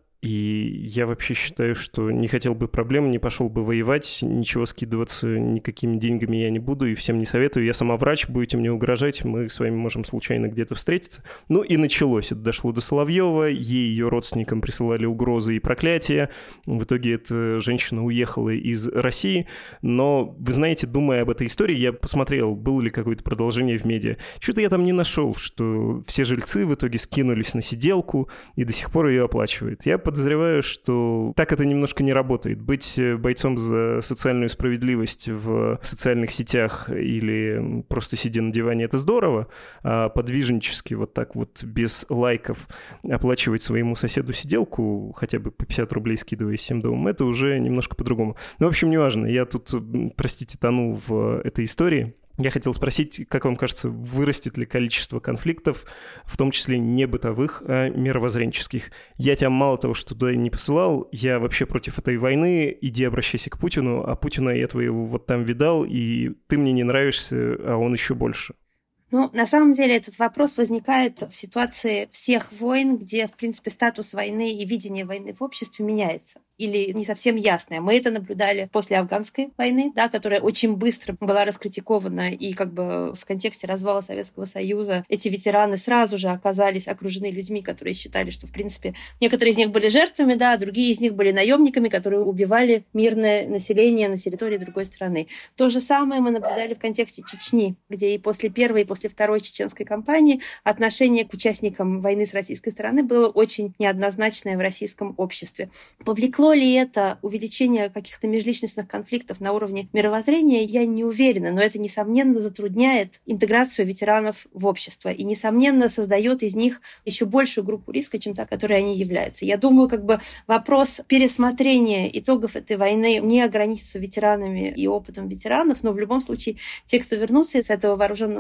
Speaker 2: И я вообще считаю, что не хотел бы проблем, не пошел бы воевать, ничего скидываться никакими деньгами я не буду и всем не советую. Я сама врач, будете мне угрожать, мы с вами можем случайно где-то встретиться. Ну и началось. Это дошло до Соловьева, ей и ее родственникам присылали угрозы и проклятия. В итоге эта женщина уехала из России. Но, вы знаете, думая об этой истории, я посмотрел, было ли какое-то продолжение в медиа. Что-то я там не нашел, что все жильцы в итоге скинулись на сиделку и до сих пор ее оплачивают. Я подозреваю, что так это немножко не работает. Быть бойцом за социальную справедливость в социальных сетях или просто сидя на диване — это здорово, а подвижнически вот так вот без лайков оплачивать своему соседу сиделку, хотя бы по 50 рублей скидывая всем домом, это уже немножко по-другому. Ну, в общем, неважно. Я тут, простите, тону в этой истории. Я хотел спросить, как вам кажется, вырастет ли количество конфликтов, в том числе не бытовых, а мировоззренческих? Я тебя мало того, что туда не посылал, я вообще против этой войны, иди обращайся к Путину, а Путина я твоего вот там видал, и ты мне не нравишься, а он еще больше.
Speaker 3: Ну, на самом деле этот вопрос возникает в ситуации всех войн, где, в принципе, статус войны и видение войны в обществе меняется. Или не совсем ясное. Мы это наблюдали после афганской войны, да, которая очень быстро была раскритикована, и как бы в контексте развала Советского Союза эти ветераны сразу же оказались окружены людьми, которые считали, что, в принципе, некоторые из них были жертвами, да, а другие из них были наемниками, которые убивали мирное население на территории другой страны. То же самое мы наблюдали в контексте Чечни, где и после первой, и после второй чеченской кампании отношение к участникам войны с российской стороны было очень неоднозначное в российском обществе. Повлекло ли это увеличение каких-то межличностных конфликтов на уровне мировоззрения, я не уверена, но это, несомненно, затрудняет интеграцию ветеранов в общество и, несомненно, создает из них еще большую группу риска, чем та, которой они являются. Я думаю, как бы вопрос пересмотрения итогов этой войны не ограничится ветеранами и опытом ветеранов, но в любом случае те, кто вернутся из этого вооруженного конфликта,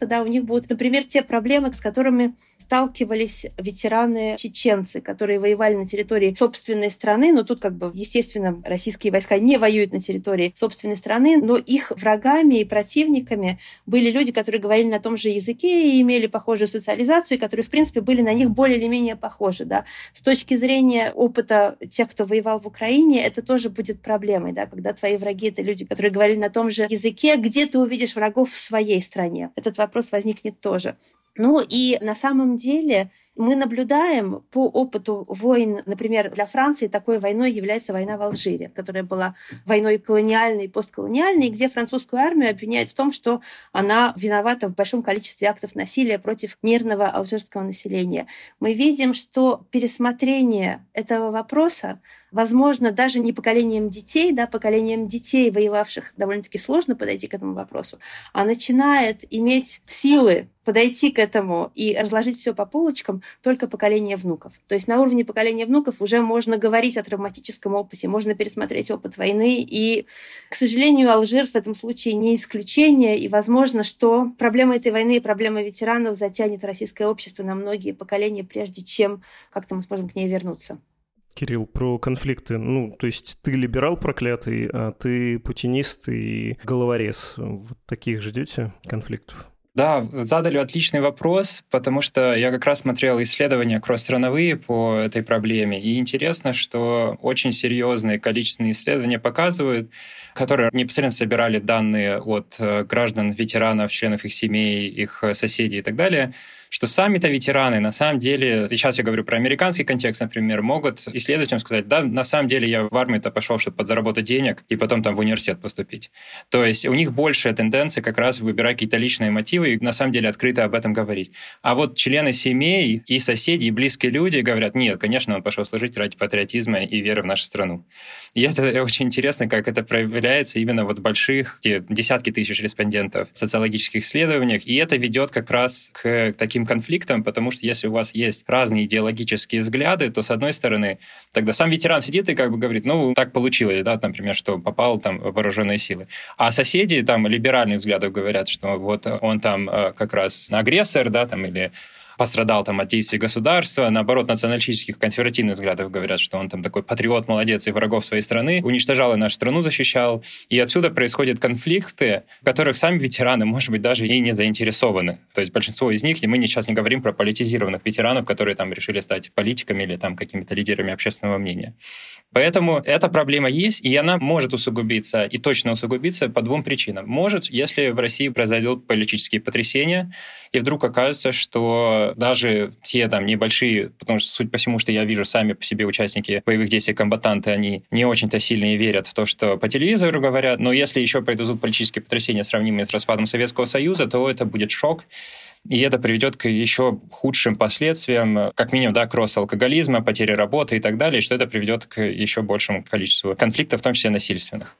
Speaker 3: конфликта, да, у них будут, например, те проблемы, с которыми сталкивались ветераны-чеченцы, которые воевали на территории собственной страны, но тут, естественно, российские войска не воюют на территории собственной страны, но их врагами и противниками были люди, которые говорили на том же языке и имели похожую социализацию, и которые, в принципе, были на них более или менее похожи, да. С точки зрения опыта тех, кто воевал в Украине, это тоже будет проблемой, да, когда твои враги — это люди, которые говорили на том же языке, где ты увидишь врагов в своей стране. Этот вопрос возникнет тоже. Ну и на самом деле мы наблюдаем по опыту войн, например, для Франции такой войной является война в Алжире, которая была войной колониальной и постколониальной, где французскую армию обвиняют в том, что она виновата в большом количестве актов насилия против мирного алжирского населения. Мы видим, что пересмотрение этого вопроса возможно даже не поколением детей, да, поколением детей, воевавших, довольно-таки сложно подойти к этому вопросу, а начинает иметь силы подойти к этому и разложить все по полочкам только поколение внуков. То есть на уровне поколения внуков уже можно говорить о травматическом опыте, можно пересмотреть опыт войны. И, к сожалению, Алжир в этом случае не исключение. И возможно, что проблема этой войны и проблема ветеранов затянет российское общество на многие поколения, прежде чем как-то мы сможем к ней вернуться.
Speaker 2: Кирилл, про конфликты. То есть ты либерал проклятый, а ты путинист и головорез. Вот таких ждете конфликтов?
Speaker 4: Да, задали отличный вопрос, потому что я как раз смотрел исследования кросс-страновые по этой проблеме, и интересно, что очень серьезные количественные исследования показывают, которые непосредственно собирали данные от граждан, ветеранов, членов их семей, их соседей и так далее, что сами-то ветераны, на самом деле, сейчас я говорю про американский контекст, например, могут исследователям сказать, да, на самом деле я в армию-то пошел, чтобы подзаработать денег и потом там в университет поступить. То есть у них большая тенденция как раз выбирать какие-то личные мотивы и на самом деле открыто об этом говорить. А вот члены семей и соседи, и близкие люди говорят, нет, конечно, он пошел служить ради патриотизма и веры в нашу страну. И это очень интересно, как это проявляется именно вот в больших, десятки тысяч респондентов в социологических исследованиях, и это ведет как раз к таким конфликтам, потому что если у вас есть разные идеологические взгляды, то, с одной стороны, тогда сам ветеран сидит и говорит, так получилось, да, например, что попал там в вооруженные силы. А соседи там либеральных взглядов говорят, что вот он там как раз агрессор, да, там, или пострадал там от действий государства. Наоборот, националистических, консервативных взглядов говорят, что он там такой патриот, молодец и врагов своей страны, уничтожал и нашу страну защищал. И отсюда происходят конфликты, в которых сами ветераны, может быть, даже и не заинтересованы. То есть большинство из них, и мы сейчас не говорим про политизированных ветеранов, которые там решили стать политиками или там какими-то лидерами общественного мнения. Поэтому эта проблема есть, и она может усугубиться, и точно усугубиться по двум причинам. Может, если в России произойдут политические потрясения, и вдруг окажется, что даже те там небольшие, потому что, судя по всему, что я вижу, сами по себе участники боевых действий, комбатанты, они не очень-то сильно и верят в то, что по телевизору говорят, но если еще произойдут политические потрясения, сравнимые с распадом Советского Союза, то это будет шок. И это приведет к еще худшим последствиям, как минимум, да, к росту алкоголизма, потере работы и так далее, что это приведет к еще большему количеству конфликтов, в том числе насильственных.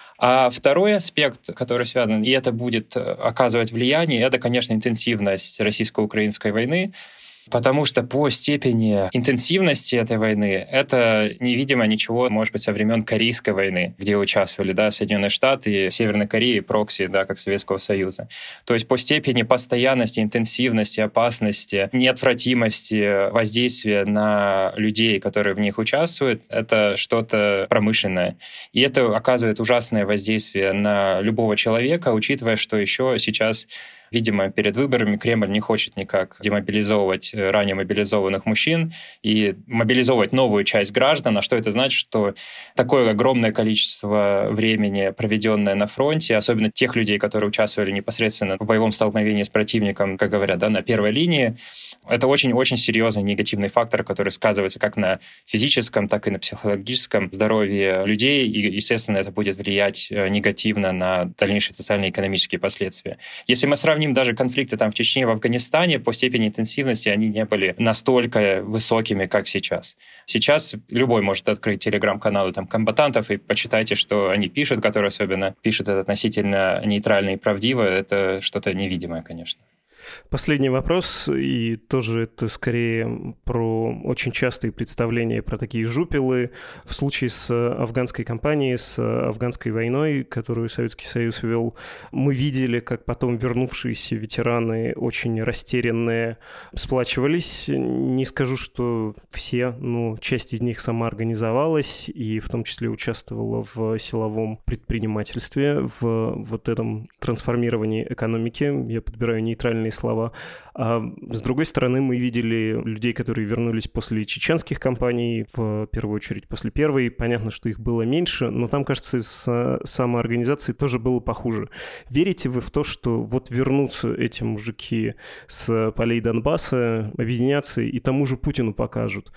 Speaker 4: А второй аспект, который связан, и это будет оказывать влияние, это, конечно, интенсивность российско-украинской войны, потому что по степени интенсивности этой войны это невидимо ничего, может быть, со времен Корейской войны, где участвовали, да, Соединенные Штаты, Северная Корея, прокси, да, как Советского Союза. То есть по степени постоянности, интенсивности, опасности, неотвратимости воздействия на людей, которые в них участвуют, это что-то промышленное. И это оказывает ужасное воздействие на любого человека, учитывая, что еще сейчас, видимо, перед выборами Кремль не хочет никак демобилизовывать ранее мобилизованных мужчин и мобилизовывать новую часть граждан. А что это значит? Что такое огромное количество времени, проведенное на фронте, особенно тех людей, которые участвовали непосредственно в боевом столкновении с противником, как говорят, да, на первой линии, это очень-очень серьезный негативный фактор, который сказывается как на физическом, так и на психологическом здоровье людей, и, естественно, это будет влиять негативно на дальнейшие социально-экономические последствия. Если мы сравним даже конфликты там в Чечне, в Афганистане, по степени интенсивности они не были настолько высокими, как сейчас. Сейчас любой может открыть телеграм-каналы там комбатантов и почитайте, что они пишут, которые особенно пишут это относительно нейтрально и правдиво. Это что-то невидимое, конечно.
Speaker 2: Последний вопрос, и тоже это скорее про очень частые представления про такие жупелы. В случае с афганской кампанией, с афганской войной, которую Советский Союз вел, мы видели, как потом вернувшиеся ветераны, очень растерянные, сплачивались. Не скажу, что все, но часть из них самоорганизовалась и в том числе участвовала в силовом предпринимательстве, в вот этом трансформировании экономики. Я подбираю нейтральные слова. А с другой стороны, мы видели людей, которые вернулись после чеченских кампаний, в первую очередь после первой. Понятно, что их было меньше, но там, кажется, с самоорганизацией тоже было похуже. Верите вы в то, что вот вернутся эти мужики с полей Донбасса, объединятся и тому же Путину покажут?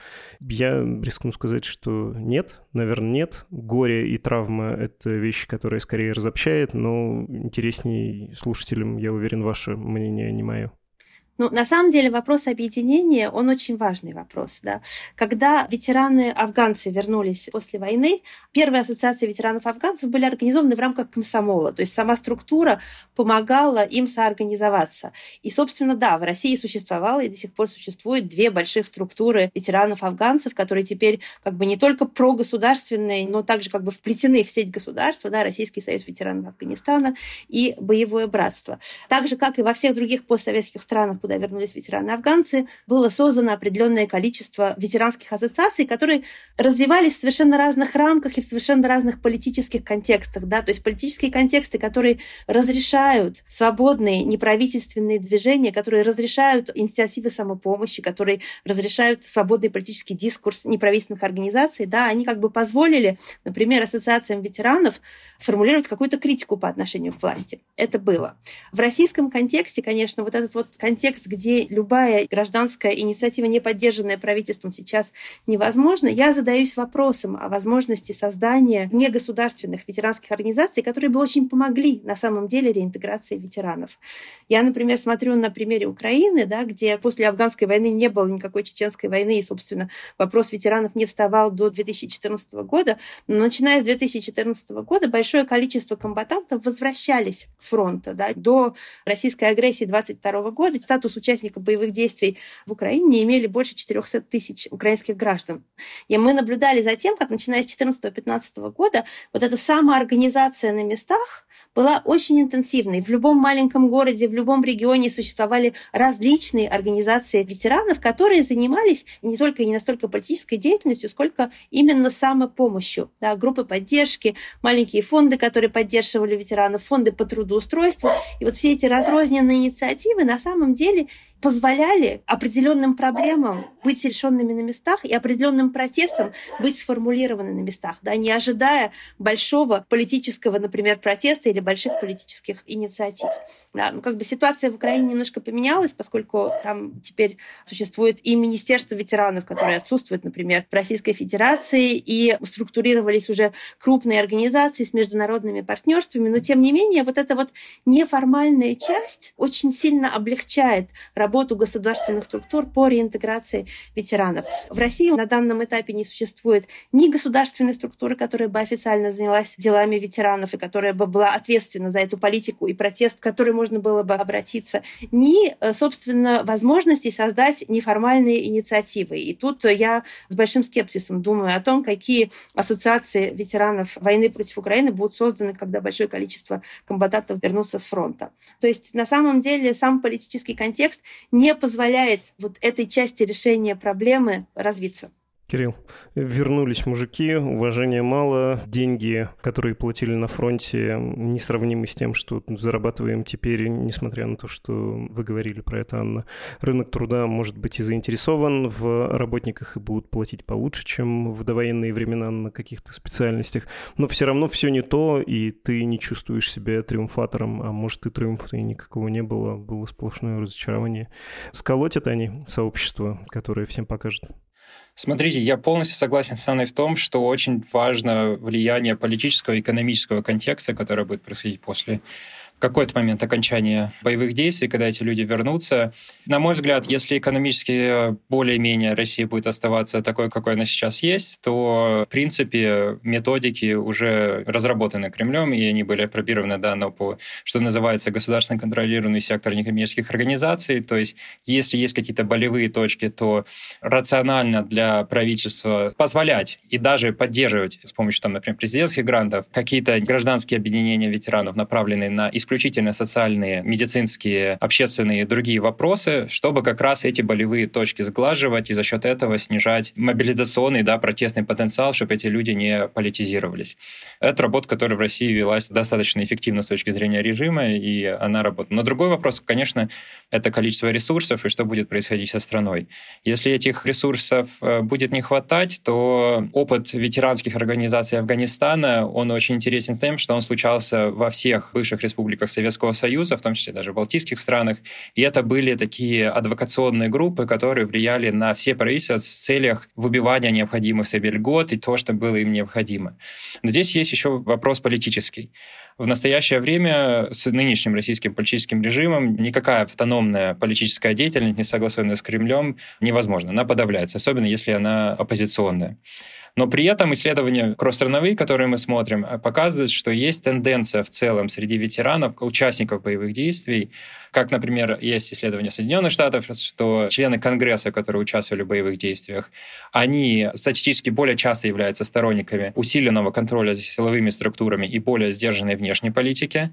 Speaker 2: Я рискну сказать, что нет, наверное, нет. Горе и травма — это вещи, которые скорее разобщают, но интереснее слушателям, я уверен, ваше мнение, а не мое.
Speaker 3: Ну, на самом деле вопрос объединения, он очень важный вопрос. Да? Когда ветераны-афганцы вернулись после войны, первые ассоциации ветеранов-афганцев были организованы в рамках комсомола, то есть сама структура помогала им соорганизоваться. И, собственно, да, в России существовало и до сих пор существует две больших структуры ветеранов-афганцев, которые теперь как бы не только прогосударственные, но также как бы вплетены в сеть государства, да, Российский союз ветеранов Афганистана и Боевое братство. Так же, как и во всех других постсоветских странах, куда вернулись ветераны-афганцы, было создано определенное количество ветеранских ассоциаций, которые развивались в совершенно разных рамках и в совершенно разных политических контекстах. Да? То есть политические контексты, которые разрешают свободные неправительственные движения, которые разрешают инициативы самопомощи, которые разрешают свободный политический дискурс неправительственных организаций, да, они как бы позволили, например, ассоциациям ветеранов формулировать какую-то критику по отношению к власти. Это было. В российском контексте, конечно, вот этот вот контекст, где любая гражданская инициатива, не поддержанная правительством, сейчас невозможна, я задаюсь вопросом о возможности создания негосударственных ветеранских организаций, которые бы очень помогли на самом деле реинтеграции ветеранов. Я, например, смотрю на примере Украины, да, где после афганской войны не было никакой чеченской войны, и, собственно, вопрос ветеранов не вставал до 2014 года, но начиная с 2014 года большое количество комбатантов возвращались с фронта. Да, до российской агрессии 22 года статус участников боевых действий в Украине имели больше 400 тысяч украинских граждан. И мы наблюдали за тем, как, начиная с 2014-2015 года, вот эта самоорганизация на местах была очень интенсивной. В любом маленьком городе, в любом регионе существовали различные организации ветеранов, которые занимались не только и не настолько политической деятельностью, сколько именно самопомощью. Да, группы поддержки, маленькие фонды, которые поддерживали ветеранов, фонды по трудоустройству. И вот все эти разрозненные инициативы на самом деле позволяли определенным проблемам быть решенными на местах и определенным протестам быть сформулированы на местах, да, не ожидая большого политического, например, протеста или больших политических инициатив. Да, ну, как бы ситуация в Украине немножко поменялась, поскольку там теперь существует и Министерство ветеранов, которое отсутствует, например, в Российской Федерации, и структурировались уже крупные организации с международными партнерствами, но тем не менее вот эта вот неформальная часть очень сильно облегчает работу государственных структур по реинтеграции ветеранов. В России на данном этапе не существует ни государственной структуры, которая бы официально занялась делами ветеранов и которая бы была ответственна за эту политику и протест, к которой можно было бы обратиться, ни, собственно, возможности создать неформальные инициативы. И тут я с большим скепсисом думаю о том, какие ассоциации ветеранов войны против Украины будут созданы, когда большое количество комбатантов вернутся с фронта. То есть, на самом деле, сам политический контекст не позволяет вот этой части решения проблемы развиться.
Speaker 2: Кирилл, вернулись мужики, уважения мало, деньги, которые платили на фронте, несравнимы с тем, что зарабатываем теперь, несмотря на то, что вы говорили про это, Анна. Рынок труда, может быть, и заинтересован в работниках и будут платить получше, чем в довоенные времена на каких-то специальностях, но все равно все не то, и ты не чувствуешь себя триумфатором, а может и триумфа никакого не было, было сплошное разочарование. Сколотят они сообщество, которое всем покажет?
Speaker 4: Смотрите, я полностью согласен с Анной в том, что очень важно влияние политического и экономического контекста, которое будет происходить после какой-то момент окончания боевых действий, когда эти люди вернутся. На мой взгляд, если экономически более-менее Россия будет оставаться такой, какой она сейчас есть, то, в принципе, методики уже разработаны Кремлем, и они были опробированы по, что называется, государственно контролируемый сектор некоммерческих организаций. То есть, если есть какие-то болевые точки, то рационально для правительства позволять и даже поддерживать с помощью, например, президентских грантов какие-то гражданские объединения ветеранов, направленные на исключительно социальные, медицинские, общественные и другие вопросы, чтобы как раз эти болевые точки сглаживать и за счет этого снижать мобилизационный, протестный потенциал, чтобы эти люди не политизировались. Это работа, которая в России велась достаточно эффективно с точки зрения режима, и она работает. Но другой вопрос, конечно, это количество ресурсов и что будет происходить со страной. Если этих ресурсов будет не хватать, то опыт ветеранских организаций Афганистана, он очень интересен тем, что он случался во всех бывших республиках Советского Союза, в том числе даже в балтийских странах. И это были такие адвокационные группы, которые влияли на все правительства в целях выбивания необходимых себе льгот и то, что было им необходимо. Но здесь есть еще вопрос политический. В настоящее время с нынешним российским политическим режимом никакая автономная политическая деятельность, не согласованная с Кремлем, невозможна. Она подавляется, особенно если она оппозиционная. Но при этом исследования кросс-страновые, которые мы смотрим, показывают, что есть тенденция в целом среди ветеранов, участников боевых действий, как, например, есть исследования Соединенных Штатов, что члены Конгресса, которые участвовали в боевых действиях, они статистически более часто являются сторонниками усиленного контроля за силовыми структурами и более сдержанной внешней политики.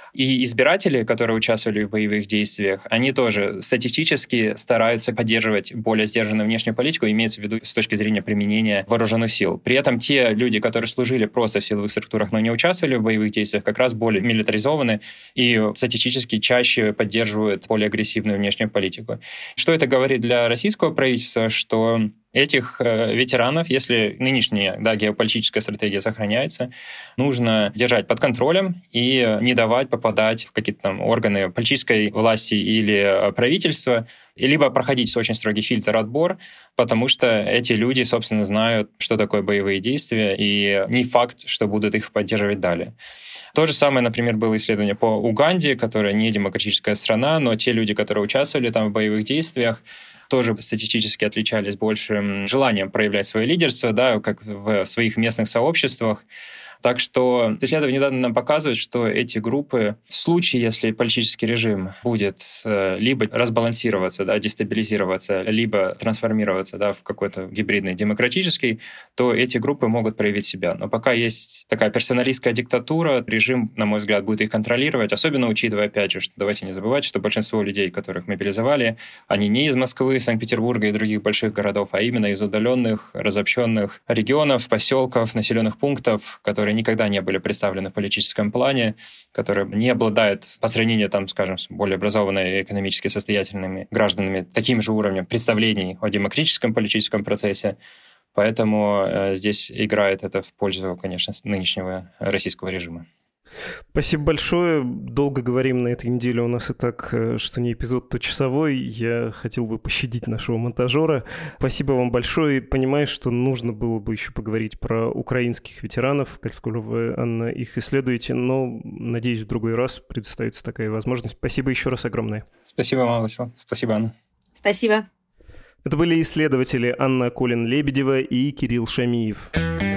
Speaker 4: И избиратели, которые участвовали в боевых действиях, они тоже статистически стараются поддерживать более сдержанную внешнюю политику, имеется в виду с точки зрения применения вооруженных сил. При этом те люди, которые служили просто в силовых структурах, но не участвовали в боевых действиях, как раз более милитаризованы и статистически чаще поддерживают более агрессивную внешнюю политику. Что это говорит для российского правительства? Что этих ветеранов, если нынешняя геополитическая стратегия сохраняется, нужно держать под контролем и не давать попадать в какие-то органы политической власти или правительства, либо проходить очень строгий фильтр, отбор, потому что эти люди, собственно, знают, что такое боевые действия, и не факт, что будут их поддерживать далее. То же самое, например, было исследование по Уганде, которая не демократическая страна, но те люди, которые участвовали там в боевых действиях, тоже статистически отличались большим желанием проявлять свое лидерство, как в своих местных сообществах. Так что исследования данные нам показывают, что эти группы в случае, если политический режим будет либо разбалансироваться, дестабилизироваться, либо трансформироваться в какой-то гибридный демократический, то эти группы могут проявить себя. Но пока есть такая персоналистская диктатура, режим, на мой взгляд, будет их контролировать, особенно учитывая, опять же, что давайте не забывать, что большинство людей, которых мобилизовали, они не из Москвы, Санкт-Петербурга и других больших городов, а именно из удаленных, разобщенных регионов, поселков, населенных пунктов, которые никогда не были представлены в политическом плане, которые не обладают по сравнению, скажем, с более образованными и экономически состоятельными гражданами таким же уровнем представлений о демократическом политическом процессе. Поэтому здесь играет это в пользу, конечно, нынешнего российского режима.
Speaker 2: Спасибо большое. Долго говорим на этой неделе у нас и так, что не эпизод, то часовой. Я хотел бы пощадить нашего монтажера. Спасибо вам большое. Понимаю, что нужно было бы еще поговорить про украинских ветеранов, коль скоро вы, Анна, их исследуете, но, надеюсь, в другой раз предоставится такая возможность. Спасибо еще раз огромное.
Speaker 4: Спасибо вам, Владислав. Спасибо, Анна.
Speaker 3: Спасибо.
Speaker 2: Это были исследователи Анна Колин-Лебедева и Кирилл Шамиев.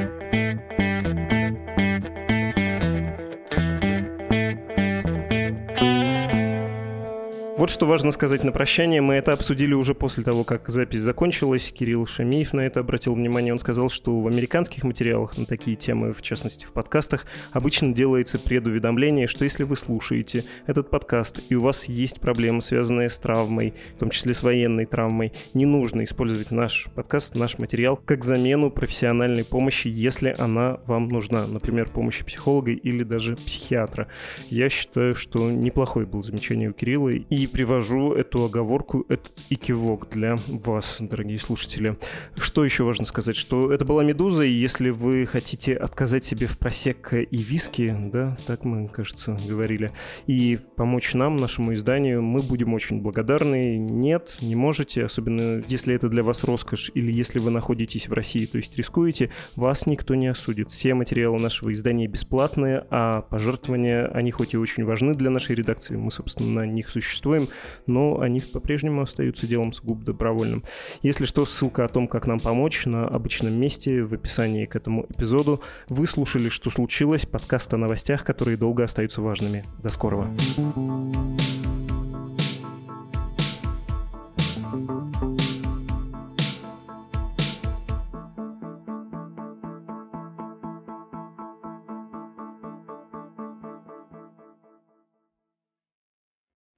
Speaker 2: Вот что важно сказать на прощание. Мы это обсудили уже после того, как запись закончилась. Кирилл Шамиев на это обратил внимание. Он сказал, что в американских материалах на такие темы, в частности в подкастах, обычно делается предуведомление, что если вы слушаете этот подкаст и у вас есть проблемы, связанные с травмой, в том числе с военной травмой, не нужно использовать наш подкаст, наш материал как замену профессиональной помощи, если она вам нужна. Например, помощи психолога или даже психиатра. Я считаю, что неплохое было замечание у Кирилла. И И привожу эту оговорку, этот и кивок для вас, дорогие слушатели. Что еще важно сказать? Что это была «Медуза», и если вы хотите отказать себе в просекко и виски, да, так мы, кажется, говорили, и помочь нам, нашему изданию, мы будем очень благодарны. Нет, не можете, особенно если это для вас роскошь, или если вы находитесь в России, то есть рискуете, вас никто не осудит. Все материалы нашего издания бесплатные, а пожертвования, они хоть и очень важны для нашей редакции, мы, собственно, на них существуем, но они по-прежнему остаются делом сугубо добровольным. Если что, ссылка о том, как нам помочь, на обычном месте в описании к этому эпизоду. Вы слушали «Что случилось?» Подкаст о новостях, которые долго остаются важными. До скорого.